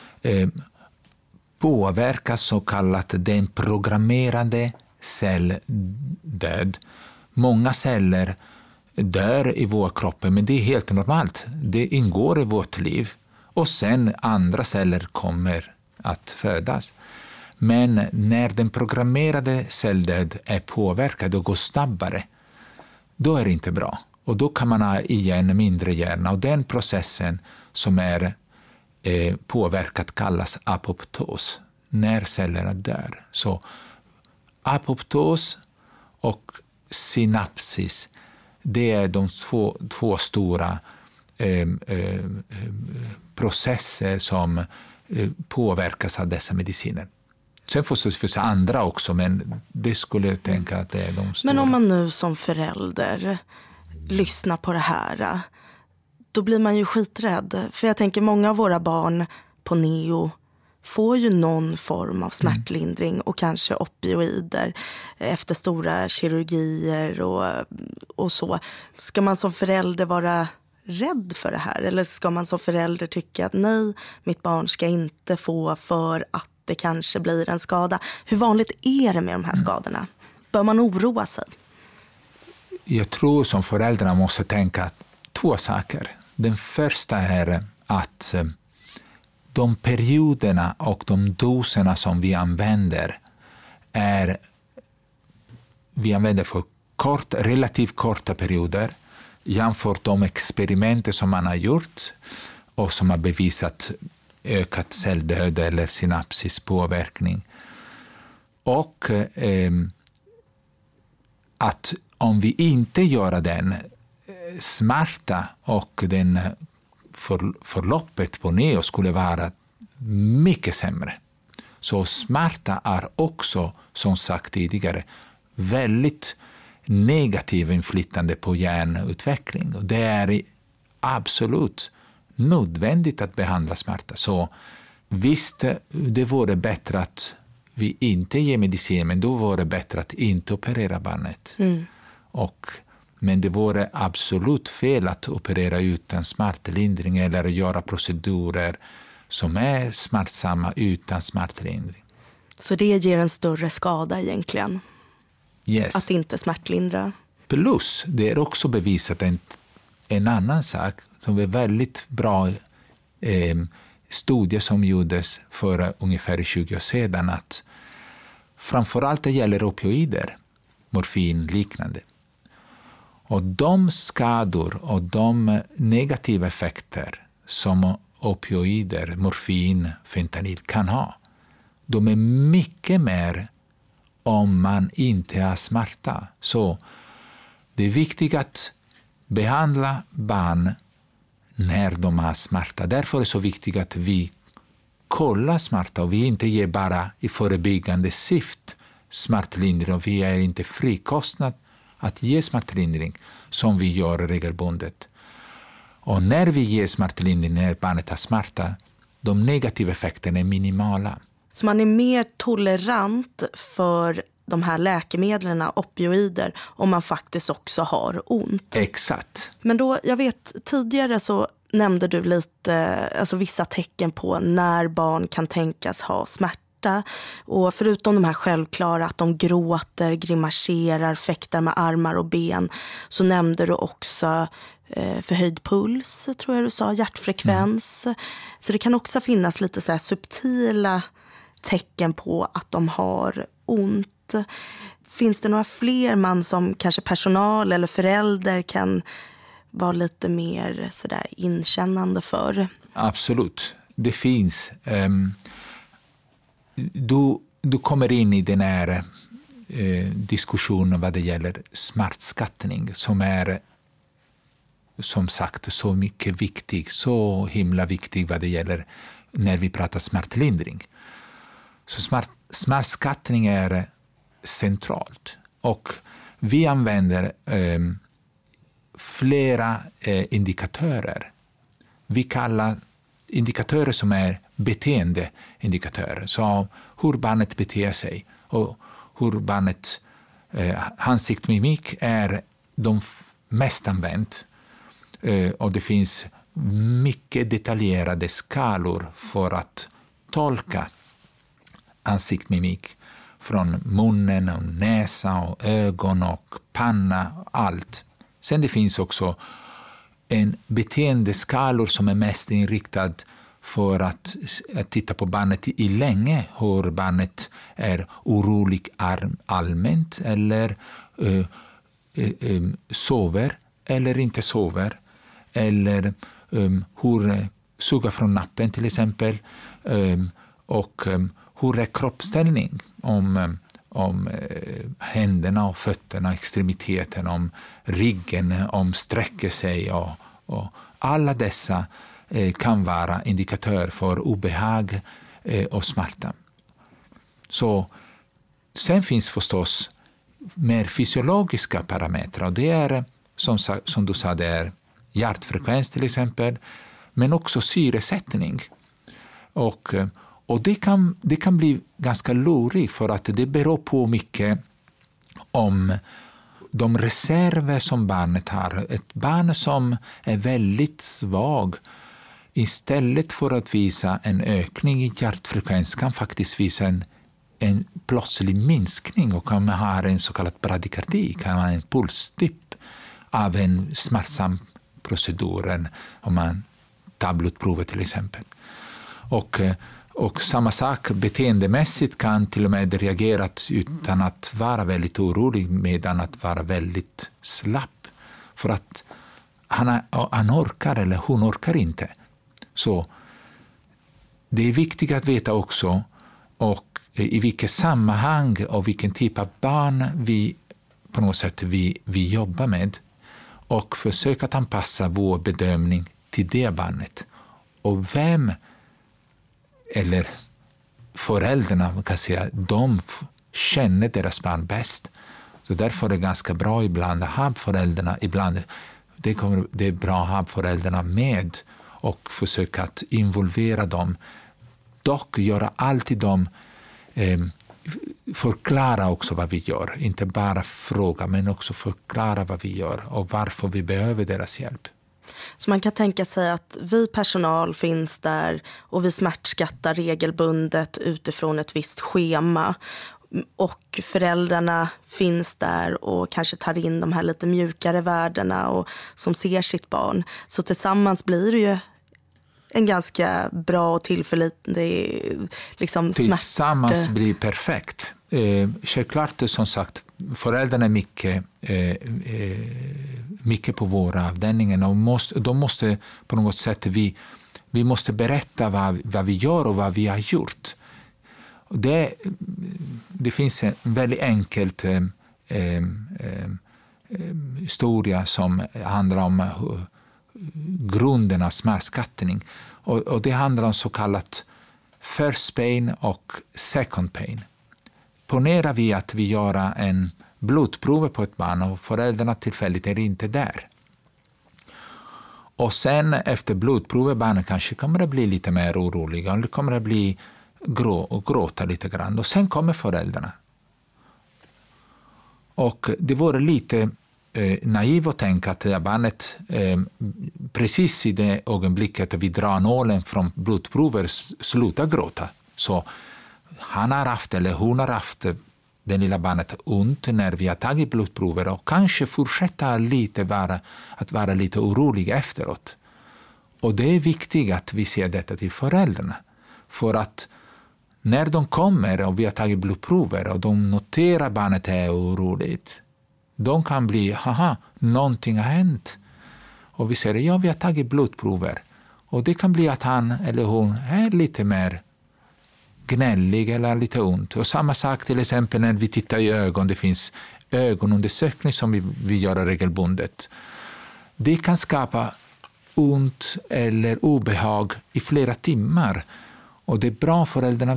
B: påverka så kallat den programmerade celldöd. Många celler dör i vår kropp, men det är helt normalt. Det ingår i vårt liv. Och sen andra celler kommer att födas. Men när den programmerade celldöd är påverkad och går snabbare, då är det inte bra. Och då kan man ha igen mindre hjärna. Och den processen som är påverkat kallas apoptos, när cellerna dör. Så apoptos och synapsis, det är de två stora processer som påverkas av dessa mediciner. Sen får det andra också, men det skulle jag tänka att det är de stora.
A: Men om man nu som förälder lyssnar på det här, då blir man ju skiträdd. För jag tänker många av våra barn på neo får ju någon form av smärtlindring och kanske opioider efter stora kirurgier och så. Ska man som förälder vara rädd för det här? Eller ska man som förälder tycka att nej, mitt barn ska inte få för att det kanske blir en skada? Hur vanligt är det med de här skadorna? Bör man oroa sig?
B: Jag tror som föräldrarna måste tänka två saker. Den första är att de perioderna och de doserna som vi använder för relativt korta perioder jämfört de experiment som man har gjort och som har bevisat ökat celldöd eller synapsispåverkning. Och att om vi inte gör den smärta och den förloppet på neo skulle vara mycket sämre. Så smärta är också, som sagt tidigare, väldigt negativ inflytande på hjärnutveckling. Och det är absolut nödvändigt att behandla smärta. Så visst, det vore bättre att vi inte ger medicin, men då vore det bättre att inte operera barnet. Men det vore absolut fel att operera utan smärtlindring eller göra procedurer som är smärtsamma utan smärtlindring.
A: Så det ger en större skada egentligen?
B: Yes.
A: Att inte smärtlindra?
B: Plus, det är också bevisat en annan sak som är väldigt bra studier som gjordes för ungefär 20 år sedan, att framförallt det gäller opioider, morfin liknande. Och de skador och de negativa effekter som opioider, morfin, fentanyl kan ha, de är mycket mer om man inte har smärta. Så det är viktigt att behandla barn när de har smärta. Därför är det så viktigt att vi kollar smärta och vi inte ger bara i förebyggande syfte smärtlindring, och vi är inte frikostnad att ge smärtlindring som vi gör regelbundet. Och när vi ger smärtlindring när barnet har smärta, de negativa effekterna är minimala.
A: Så man är mer tolerant för de här läkemedlen, opioider, om man faktiskt också har ont.
B: Exakt.
A: Men då, jag vet tidigare så nämnde du lite, alltså vissa tecken på när barn kan tänkas ha smärta. Och förutom de här självklara, att de gråter, grimaserar, fäktar med armar och ben, så nämnde du också förhöjd puls, tror jag du sa, hjärtfrekvens. Så det kan också finnas lite så här subtila tecken på att de har ont. Finns det några fler man som kanske personal eller förälder kan vara lite mer så där inkännande för?
B: Absolut, det finns. Du kommer in i den här diskussionen vad det gäller smärtskattning, som är som sagt så mycket viktig, så himla viktig vad det gäller när vi pratar smärtlindring. Så smärtskattning är centralt, och vi använder flera indikatörer. Vi kallar indikatörer som är beteendeindikatörer, så hur barnet beter sig och hur barnet ansiktsmimik är de mest använt. Och det finns mycket detaljerade skalor för att tolka ansiktsmimik från munnen och näsa och ögon och panna, allt. Sen det finns också en beteendeskalor som är mest inriktad för att titta på barnet i länge, hur barnet är orolig allmänt, eller sover eller inte sover, eller hur suga från nappen till exempel, och hur är kroppsställning, om händerna och fötterna, extremiteten, om ryggen, om sträcker sig, och alla dessa kan vara indikatör för obehag och smärta. Så sen finns förstås mer fysiologiska parametrar, och det är som du sa, det är hjärtfrekvens till exempel, men också syresättning. Och det kan bli ganska lurigt, för att det beror på mycket om de reserver som barnet har. Ett barn som är väldigt svag, istället för att visa en ökning i hjärtfrekvens, kan faktiskt visa en plötslig minskning, och kan ha en så kallad bradykardi, kan ha en pulsdipp av en smärtsam procedur, om man tar blodprovet till exempel. Och samma sak beteendemässigt, kan till och med reagera utan att vara väldigt orolig, medan att vara väldigt slapp, för att han orkar eller hon orkar inte. Så det är viktigt att veta också, och i vilket sammanhang och vilken typ av barn vi på något sätt vi jobbar med, och försöka att anpassa vår bedömning till det barnet. Och vem eller föräldrarna, man kan säga, de känner deras barn bäst. Så därför är det ganska bra ibland att ha föräldrarna, ibland det är bra att ha föräldrarna med och försöka att involvera dem. Dock göra alltid dem förklara också vad vi gör. Inte bara fråga, men också förklara vad vi gör och varför vi behöver deras hjälp.
A: Så man kan tänka sig att vi personal finns där och vi smärtskattar regelbundet utifrån ett visst schema. Och föräldrarna finns där och kanske tar in de här lite mjukare värdena och som ser sitt barn. Så tillsammans blir det ju en ganska bra och tillförlitlig liksom,
B: tillsammans blir perfekt. Självklart, som sagt, föräldrarna är mycket på våra avdelningar, och de måste på något sätt vi måste berätta vad vi gör och vad vi har gjort. Det finns en väldigt enkelt historia som handlar om grunden av smärtskattning, och det handlar om så kallat first pain och second pain. Ponera vi att vi gör en blodprov på ett barn och föräldrarna tillfälligt är inte där. Och sen efter blodprovet barnet kanske kommer att bli lite mer oroliga, eller kommer att bli gråta lite grann. Och sen kommer föräldrarna. Och det vore lite naiv att tänka att barnet precis i det ögonblicket vi drar nålen från blodprover slutar gråta. Så han har haft eller hon har haft det lilla barnet ont när vi har tagit blodprover och kanske fortsätta att vara lite orolig efteråt. Och det är viktigt att vi ser detta till föräldrarna. För att när de kommer och vi har tagit blodprover och de noterar att barnet är oroligt, de kan bli, någonting har hänt. Och vi säger, vi har tagit blodprover. Och det kan bli att han eller hon är lite mer gnällig eller lite ont. Och samma sak till exempel när vi tittar i ögon. Det finns ögonundersökning som vi gör regelbundet. Det kan skapa ont eller obehag i flera timmar. Och det är bra föräldrarna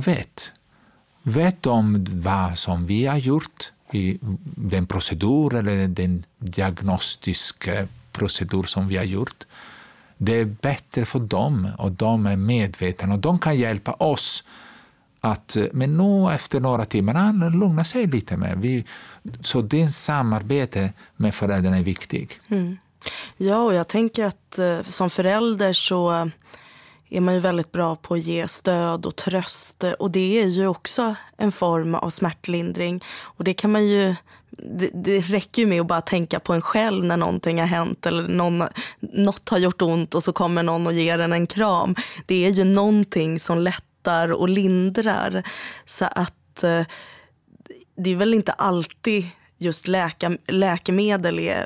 B: vet om vad som vi har gjort i den procedur eller den diagnostiska procedur som vi har gjort. Det är bättre för dem och de är medvetna och de kan hjälpa oss att men nu efter några timmar lugna sig lite mer. Så det samarbete med föräldrarna är viktigt.
A: Mm. Ja, och jag tänker att som förälder så är man ju väldigt bra på att ge stöd och tröst. Och det är ju också en form av smärtlindring. Och det kan man ju, det räcker ju med att bara tänka på en själv när någonting har hänt eller något har gjort ont och så kommer någon och ger en kram. Det är ju någonting som lättar och lindrar. Så att det är väl inte alltid just läkemedel är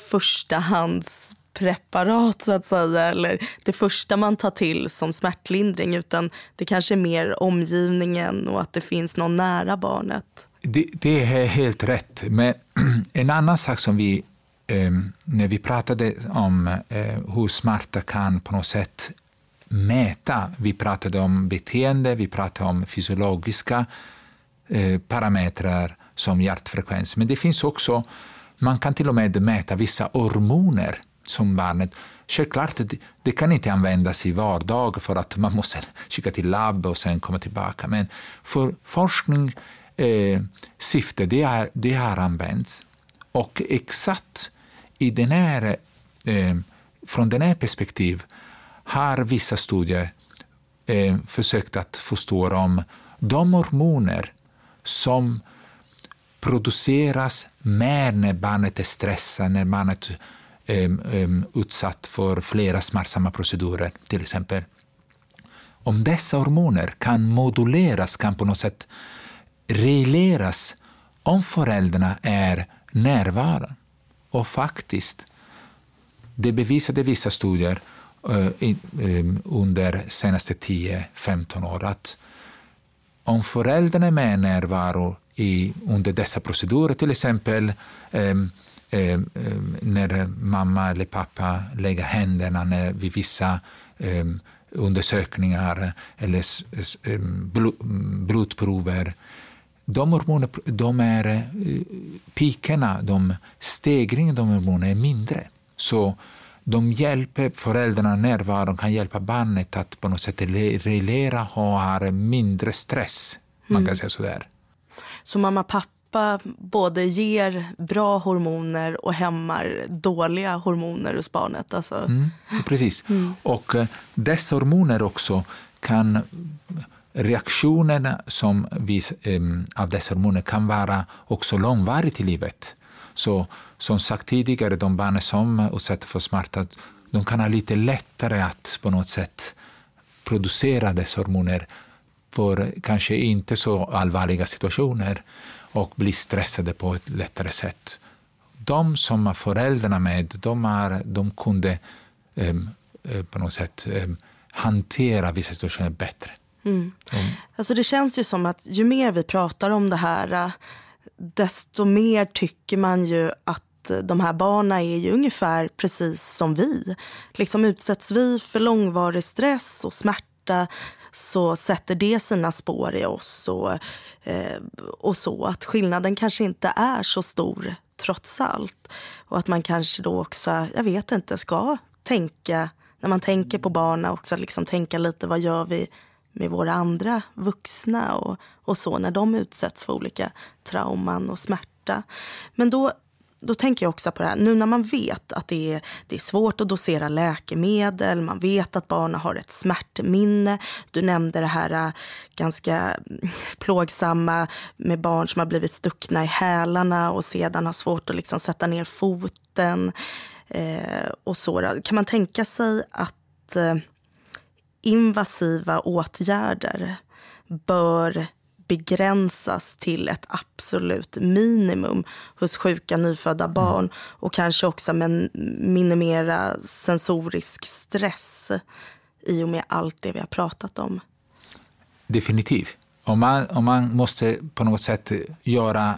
A: förstahandspreparat så att säga, eller det första man tar till som smärtlindring, utan det kanske är mer omgivningen och att det finns någon nära barnet.
B: Det är helt rätt. Men en annan sak som vi, när vi pratade om hur smärta kan på något sätt mäta, vi pratade om beteende, vi pratade om fysiologiska parametrar som hjärtfrekvens. Men det finns också, man kan till och med mäta vissa hormoner som barnet. Självklart, det kan inte användas i vardag för att man måste skicka till labb och sen komma tillbaka. Men för forskning syfte, det har använts. Och exakt i den här, från den här perspektiv har vissa studier försökt att förstå om de hormoner som produceras mer när barnet är stressad, när barnet är utsatt för flera smärtsamma procedurer till exempel. Om dessa hormoner kan moduleras, kan på något sätt regleras om föräldrarna är närvarande. Och faktiskt, det bevisade vissa studier under senaste 10-15 år att om föräldrarna är med närvaro under dessa procedurer, till exempel när mamma eller pappa lägger händerna vid vissa undersökningar eller blodprover, de hormoner, de är pikerna, stegringen av hormoner är mindre. Så de hjälper föräldrarna närvaro, kan hjälpa barnet att på något sätt reglera och ha mindre stress. Man kan säga sådär. Så
A: mamma och pappa både ger bra hormoner och hämmar dåliga hormoner hos barnet? Alltså.
B: Precis. Och dessa hormoner också kan, reaktionerna som av dessa hormoner kan vara också långvarigt i livet. Så som sagt tidigare, de barn som utsätter för smärta, de kan ha lite lättare att på något sätt producera dessa hormoner för kanske inte så allvarliga situationer och bli stressade på ett lättare sätt. De som har föräldrarna med, de kunde på något sätt hantera vissa situationer bättre.
A: Alltså det känns ju som att ju mer vi pratar om det här, desto mer tycker man ju att de här barnen är ju ungefär precis som vi. Liksom utsätts vi för långvarig stress och smärta, så sätter det sina spår i oss. Och så att skillnaden kanske inte är så stor trots allt. Och att man kanske då också, jag vet inte, ska tänka, när man tänker på barnen också, liksom tänka lite, vad gör vi med våra andra vuxna och så när de utsätts för olika trauman och smärta. Men då tänker jag också på det här, nu när man vet att det är svårt att dosera läkemedel, man vet att barnen har ett smärtminne. Du nämnde det här ganska plågsamma med barn som har blivit stuckna i hälarna och sedan har svårt att liksom sätta ner foten och så. Kan man tänka sig att invasiva åtgärder bör begränsas till ett absolut minimum hos sjuka nyfödda barn och kanske också minimera sensorisk stress i och med allt det vi har pratat om?
B: Definitivt. Om man måste på något sätt göra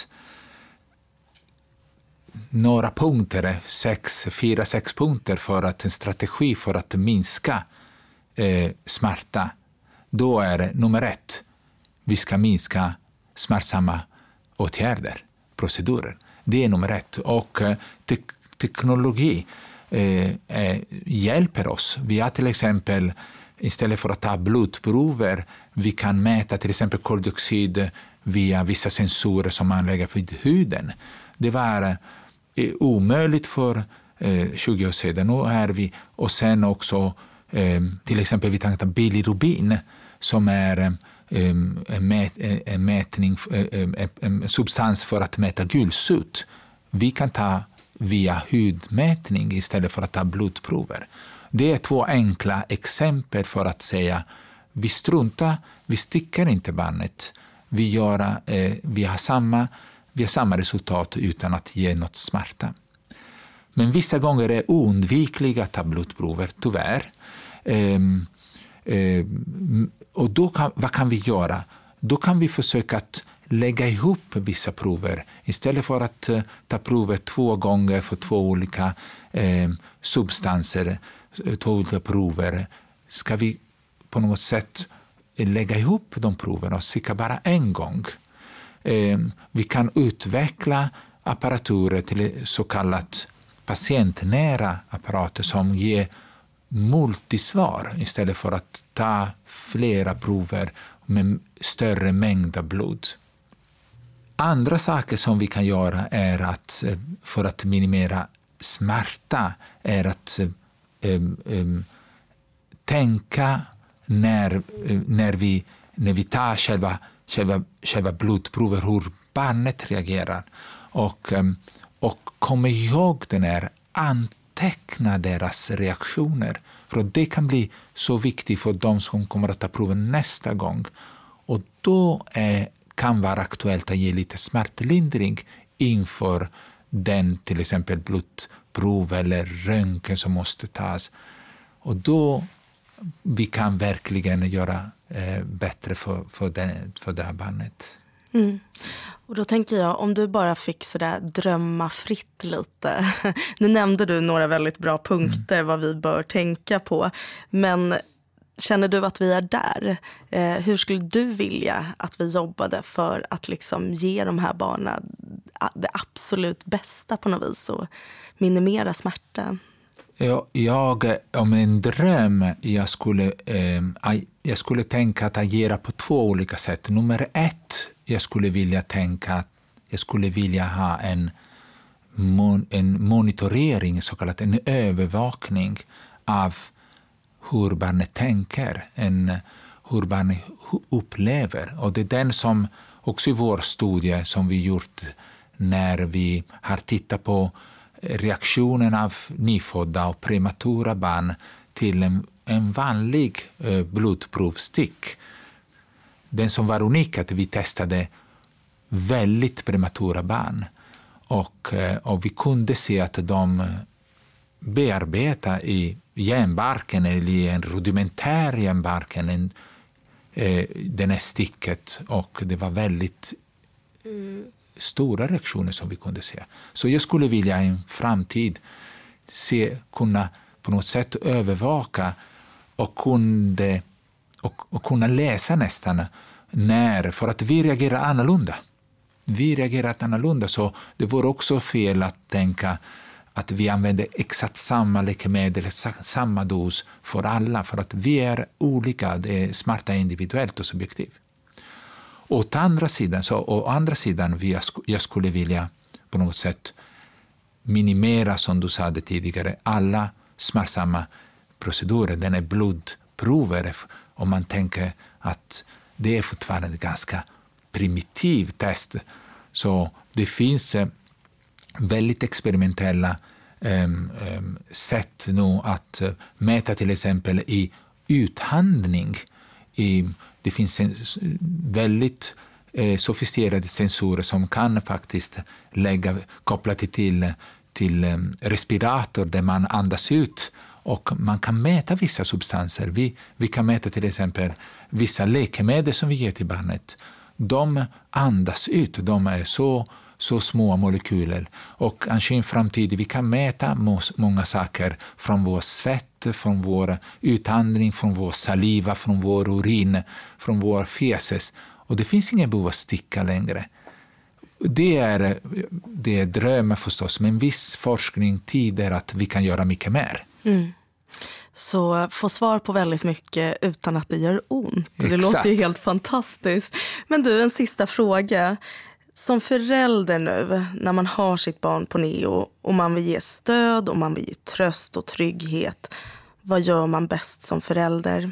B: några punkter, 4-6 punkter för att en strategi för att minska smärta, då är det nummer 1. Vi ska minska smärtsamma åtgärder, procedurer. Det är nummer 1. Och teknologi hjälper oss. Vi har till exempel, istället för att ta blodprover, vi kan mäta till exempel koldioxid via vissa sensorer som man lägger vid huden. Det var omöjligt för 20 år sedan. Nu är vi, och sen också till exempel vi tänkte bilirubin som är en substans för att mäta gulsot. Vi kan ta via hudmätning istället för att ta blodprover. Det är 2 enkla exempel för att säga vi sticker inte barnet. Vi har samma resultat utan att ge något smärta. Men vissa gånger är det oundvikliga att ta blodprover, tyvärr. Och då vad kan vi göra? Då kan vi försöka att lägga ihop vissa prover. Istället för att ta prover 2 gånger för 2 olika substanser, 2 olika prover, ska vi på något sätt lägga ihop de proverna och skicka bara en gång. Vi kan utveckla apparaturer till så kallat patientnära apparater som ger multisvar istället för att ta flera prover med större mängd blod. Andra saker som vi kan göra är att för att minimera smärta är att tänka när vi tar själva blodprover hur barnet reagerar och komma ihåg den här anteckna deras reaktioner, för det kan bli så viktigt för de som kommer att ta proven nästa gång, och då kan vara aktuellt att ge lite smärtlindring inför den till exempel blodprov eller röntgen som måste tas, och då vi kan verkligen göra bättre för det här barnet.
A: Mm. Och då tänker jag, om du bara fick sådär drömma fritt lite. Nu nämnde du några väldigt bra punkter vad vi bör tänka på. Men känner du att vi är där? Hur skulle du vilja att vi jobbade för att liksom ge de här barnen det absolut bästa på något vis och minimera smärta? Om en dröm, jag skulle tänka att agera på 2 olika sätt. Nummer 1, jag skulle vilja ha en monitorering, så kallat en övervakning av hur barnet tänker, hur barnet upplever. Och det är den som också i vår studie som vi gjort när vi har tittat på reaktionen av nyfödda och prematura barn till en vanlig blodprovstick. Den som var unik att vi testade väldigt prematura barn och vi kunde se att de bearbetade i hjärnbarken eller i en rudimentär hjärnbarken den här sticket, och det var väldigt stora reaktioner som vi kunde se. Så jag skulle vilja i en framtid kunna på något sätt övervaka och kunna läsa nästan för att vi reagerar annorlunda. Så det vore också fel att tänka
B: att vi använder exakt samma läkemedel, samma dos för alla, för att vi är olika, smärta är individuellt och subjektivt. Å andra sidan jag skulle vilja på något sätt minimera, som du sa tidigare, alla smärtsamma procedurer. Den är blodprover, om man tänker att det är fortfarande ganska primitivt test. Så det finns väldigt experimentella sätt nu att mäta till exempel i utandning. Det finns väldigt sofistikerade sensorer som kan faktiskt koppla till respirator där man andas ut, och man kan mäta vissa substanser. Vi kan mäta till exempel vissa läkemedel som vi ger till barnet. De andas ut, de är så små molekyler, och kanske i en framtid vi kan mäta många saker från vår svett, från vår utandning, från vår saliva, från vår urin, från vår feces, och det finns ingen behov att sticka längre. Det är drömmar förstås, men viss forskning tider att vi kan göra mycket mer.
A: Så få svar på väldigt mycket utan att det gör ont.
B: Exakt.
A: Det låter ju helt fantastiskt. Men du, en sista fråga. Som förälder nu, när man har sitt barn på neo och man vill ge stöd och man vill ge tröst och trygghet, vad gör man bäst som förälder?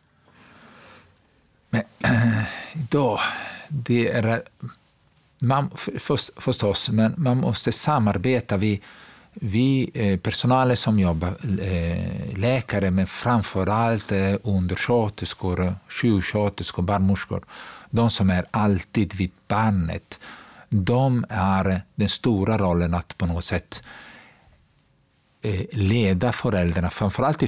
B: Men då, det är förstås, men man måste samarbeta. Vi personalen som jobbar, läkare, men framförallt undersköterskor, sjuksköterskor, barnmorskor, de som är alltid vid barnet, de har den stora rollen att på något sätt leda föräldrarna, framförallt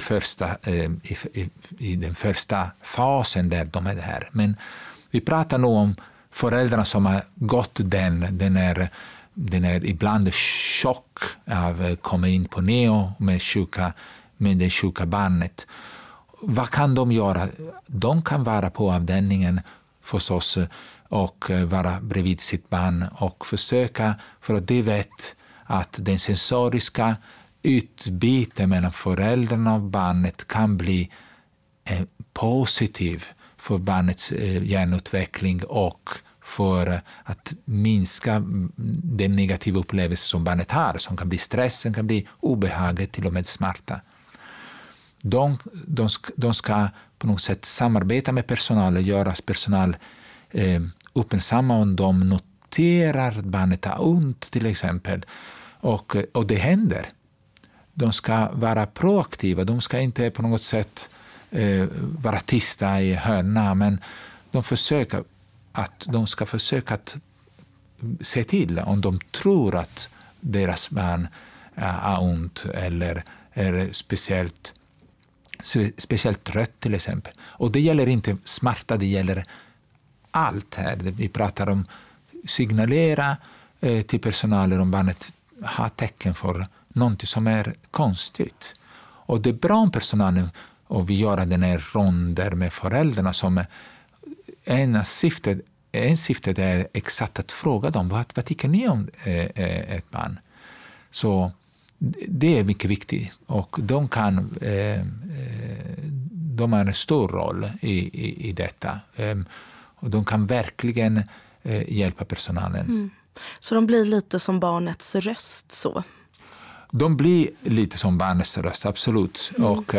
B: i den första fasen där de är här. Men vi pratar nog om föräldrarna som har gått den är ibland chock av att komma in på neo med det sjuka barnet. Vad kan de göra? De kan vara på avdelningen förstås och vara bredvid sitt barn och försöka, för att de vet att den sensoriska utbyte mellan föräldrarna och barnet kan bli positiv för barnets hjärnutveckling och för att minska den negativa upplevelse som barnet har, som kan bli stressen, kan bli obehaget, till och med smärta. De ska på något sätt samarbeta med personal och göra personal uppmärksamma om de noterar att barnet har ont till exempel. Och det händer. De ska vara proaktiva, de ska inte på något sätt vara tysta i hörna, men de ska försöka att se till om de tror att deras barn har ont eller är speciellt trött till exempel. Och det gäller inte smärta, det gäller allt här. Vi pratar om signalera till personalen om barnet har tecken för något som är konstigt. Och det är bra om personalen och vi gör den här ronder med föräldrarna som en syftet är exakt att fråga dem vad tycker ni om ett barn. Så det är mycket viktigt, och de har en stor roll i detta, och de kan verkligen hjälpa personalen.
A: Så de blir lite som barnets röst så?
B: De blir lite som barnets röst, absolut. Och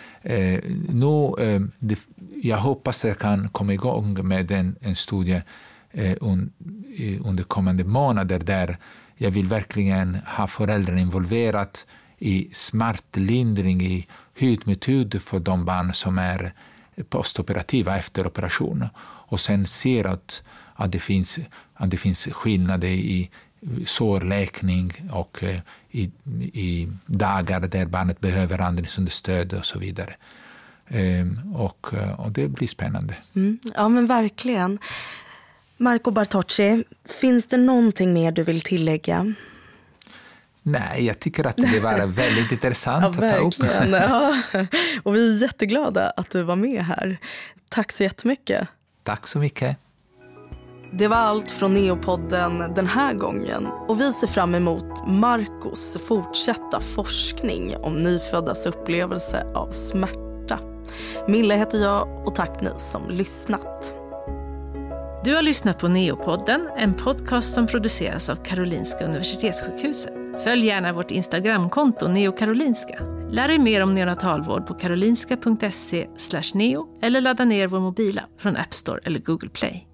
B: jag hoppas att jag kan komma igång med en studie under kommande månader där jag vill verkligen ha föräldrarna involverat i smärtlindring, i hudmetod för de barn som är postoperativa efter operation. Och sen ser att det finns skillnader i sårläkning och i dagar där barnet behöver andningsunderstöd och så vidare. Och det blir spännande.
A: Ja, men verkligen. Marco Bartocci, finns det någonting mer du vill tillägga?
B: Nej, jag tycker att det var väldigt intressant att ta upp.
A: Ja. Och vi är jätteglada att du var med här. Tack så jättemycket.
B: Tack så mycket.
A: Det var allt från Neopodden den här gången och vi ser fram emot Marcos fortsatta forskning om nyföddas upplevelse av smärta. Milla heter jag och tack ni som lyssnat.
C: Du har lyssnat på Neopodden, en podcast som produceras av Karolinska Universitetssjukhuset. Följ gärna vårt Instagramkonto neokarolinska. Lär dig mer om neonatalvård på karolinska.se/neo eller ladda ner vår mobila från App Store eller Google Play.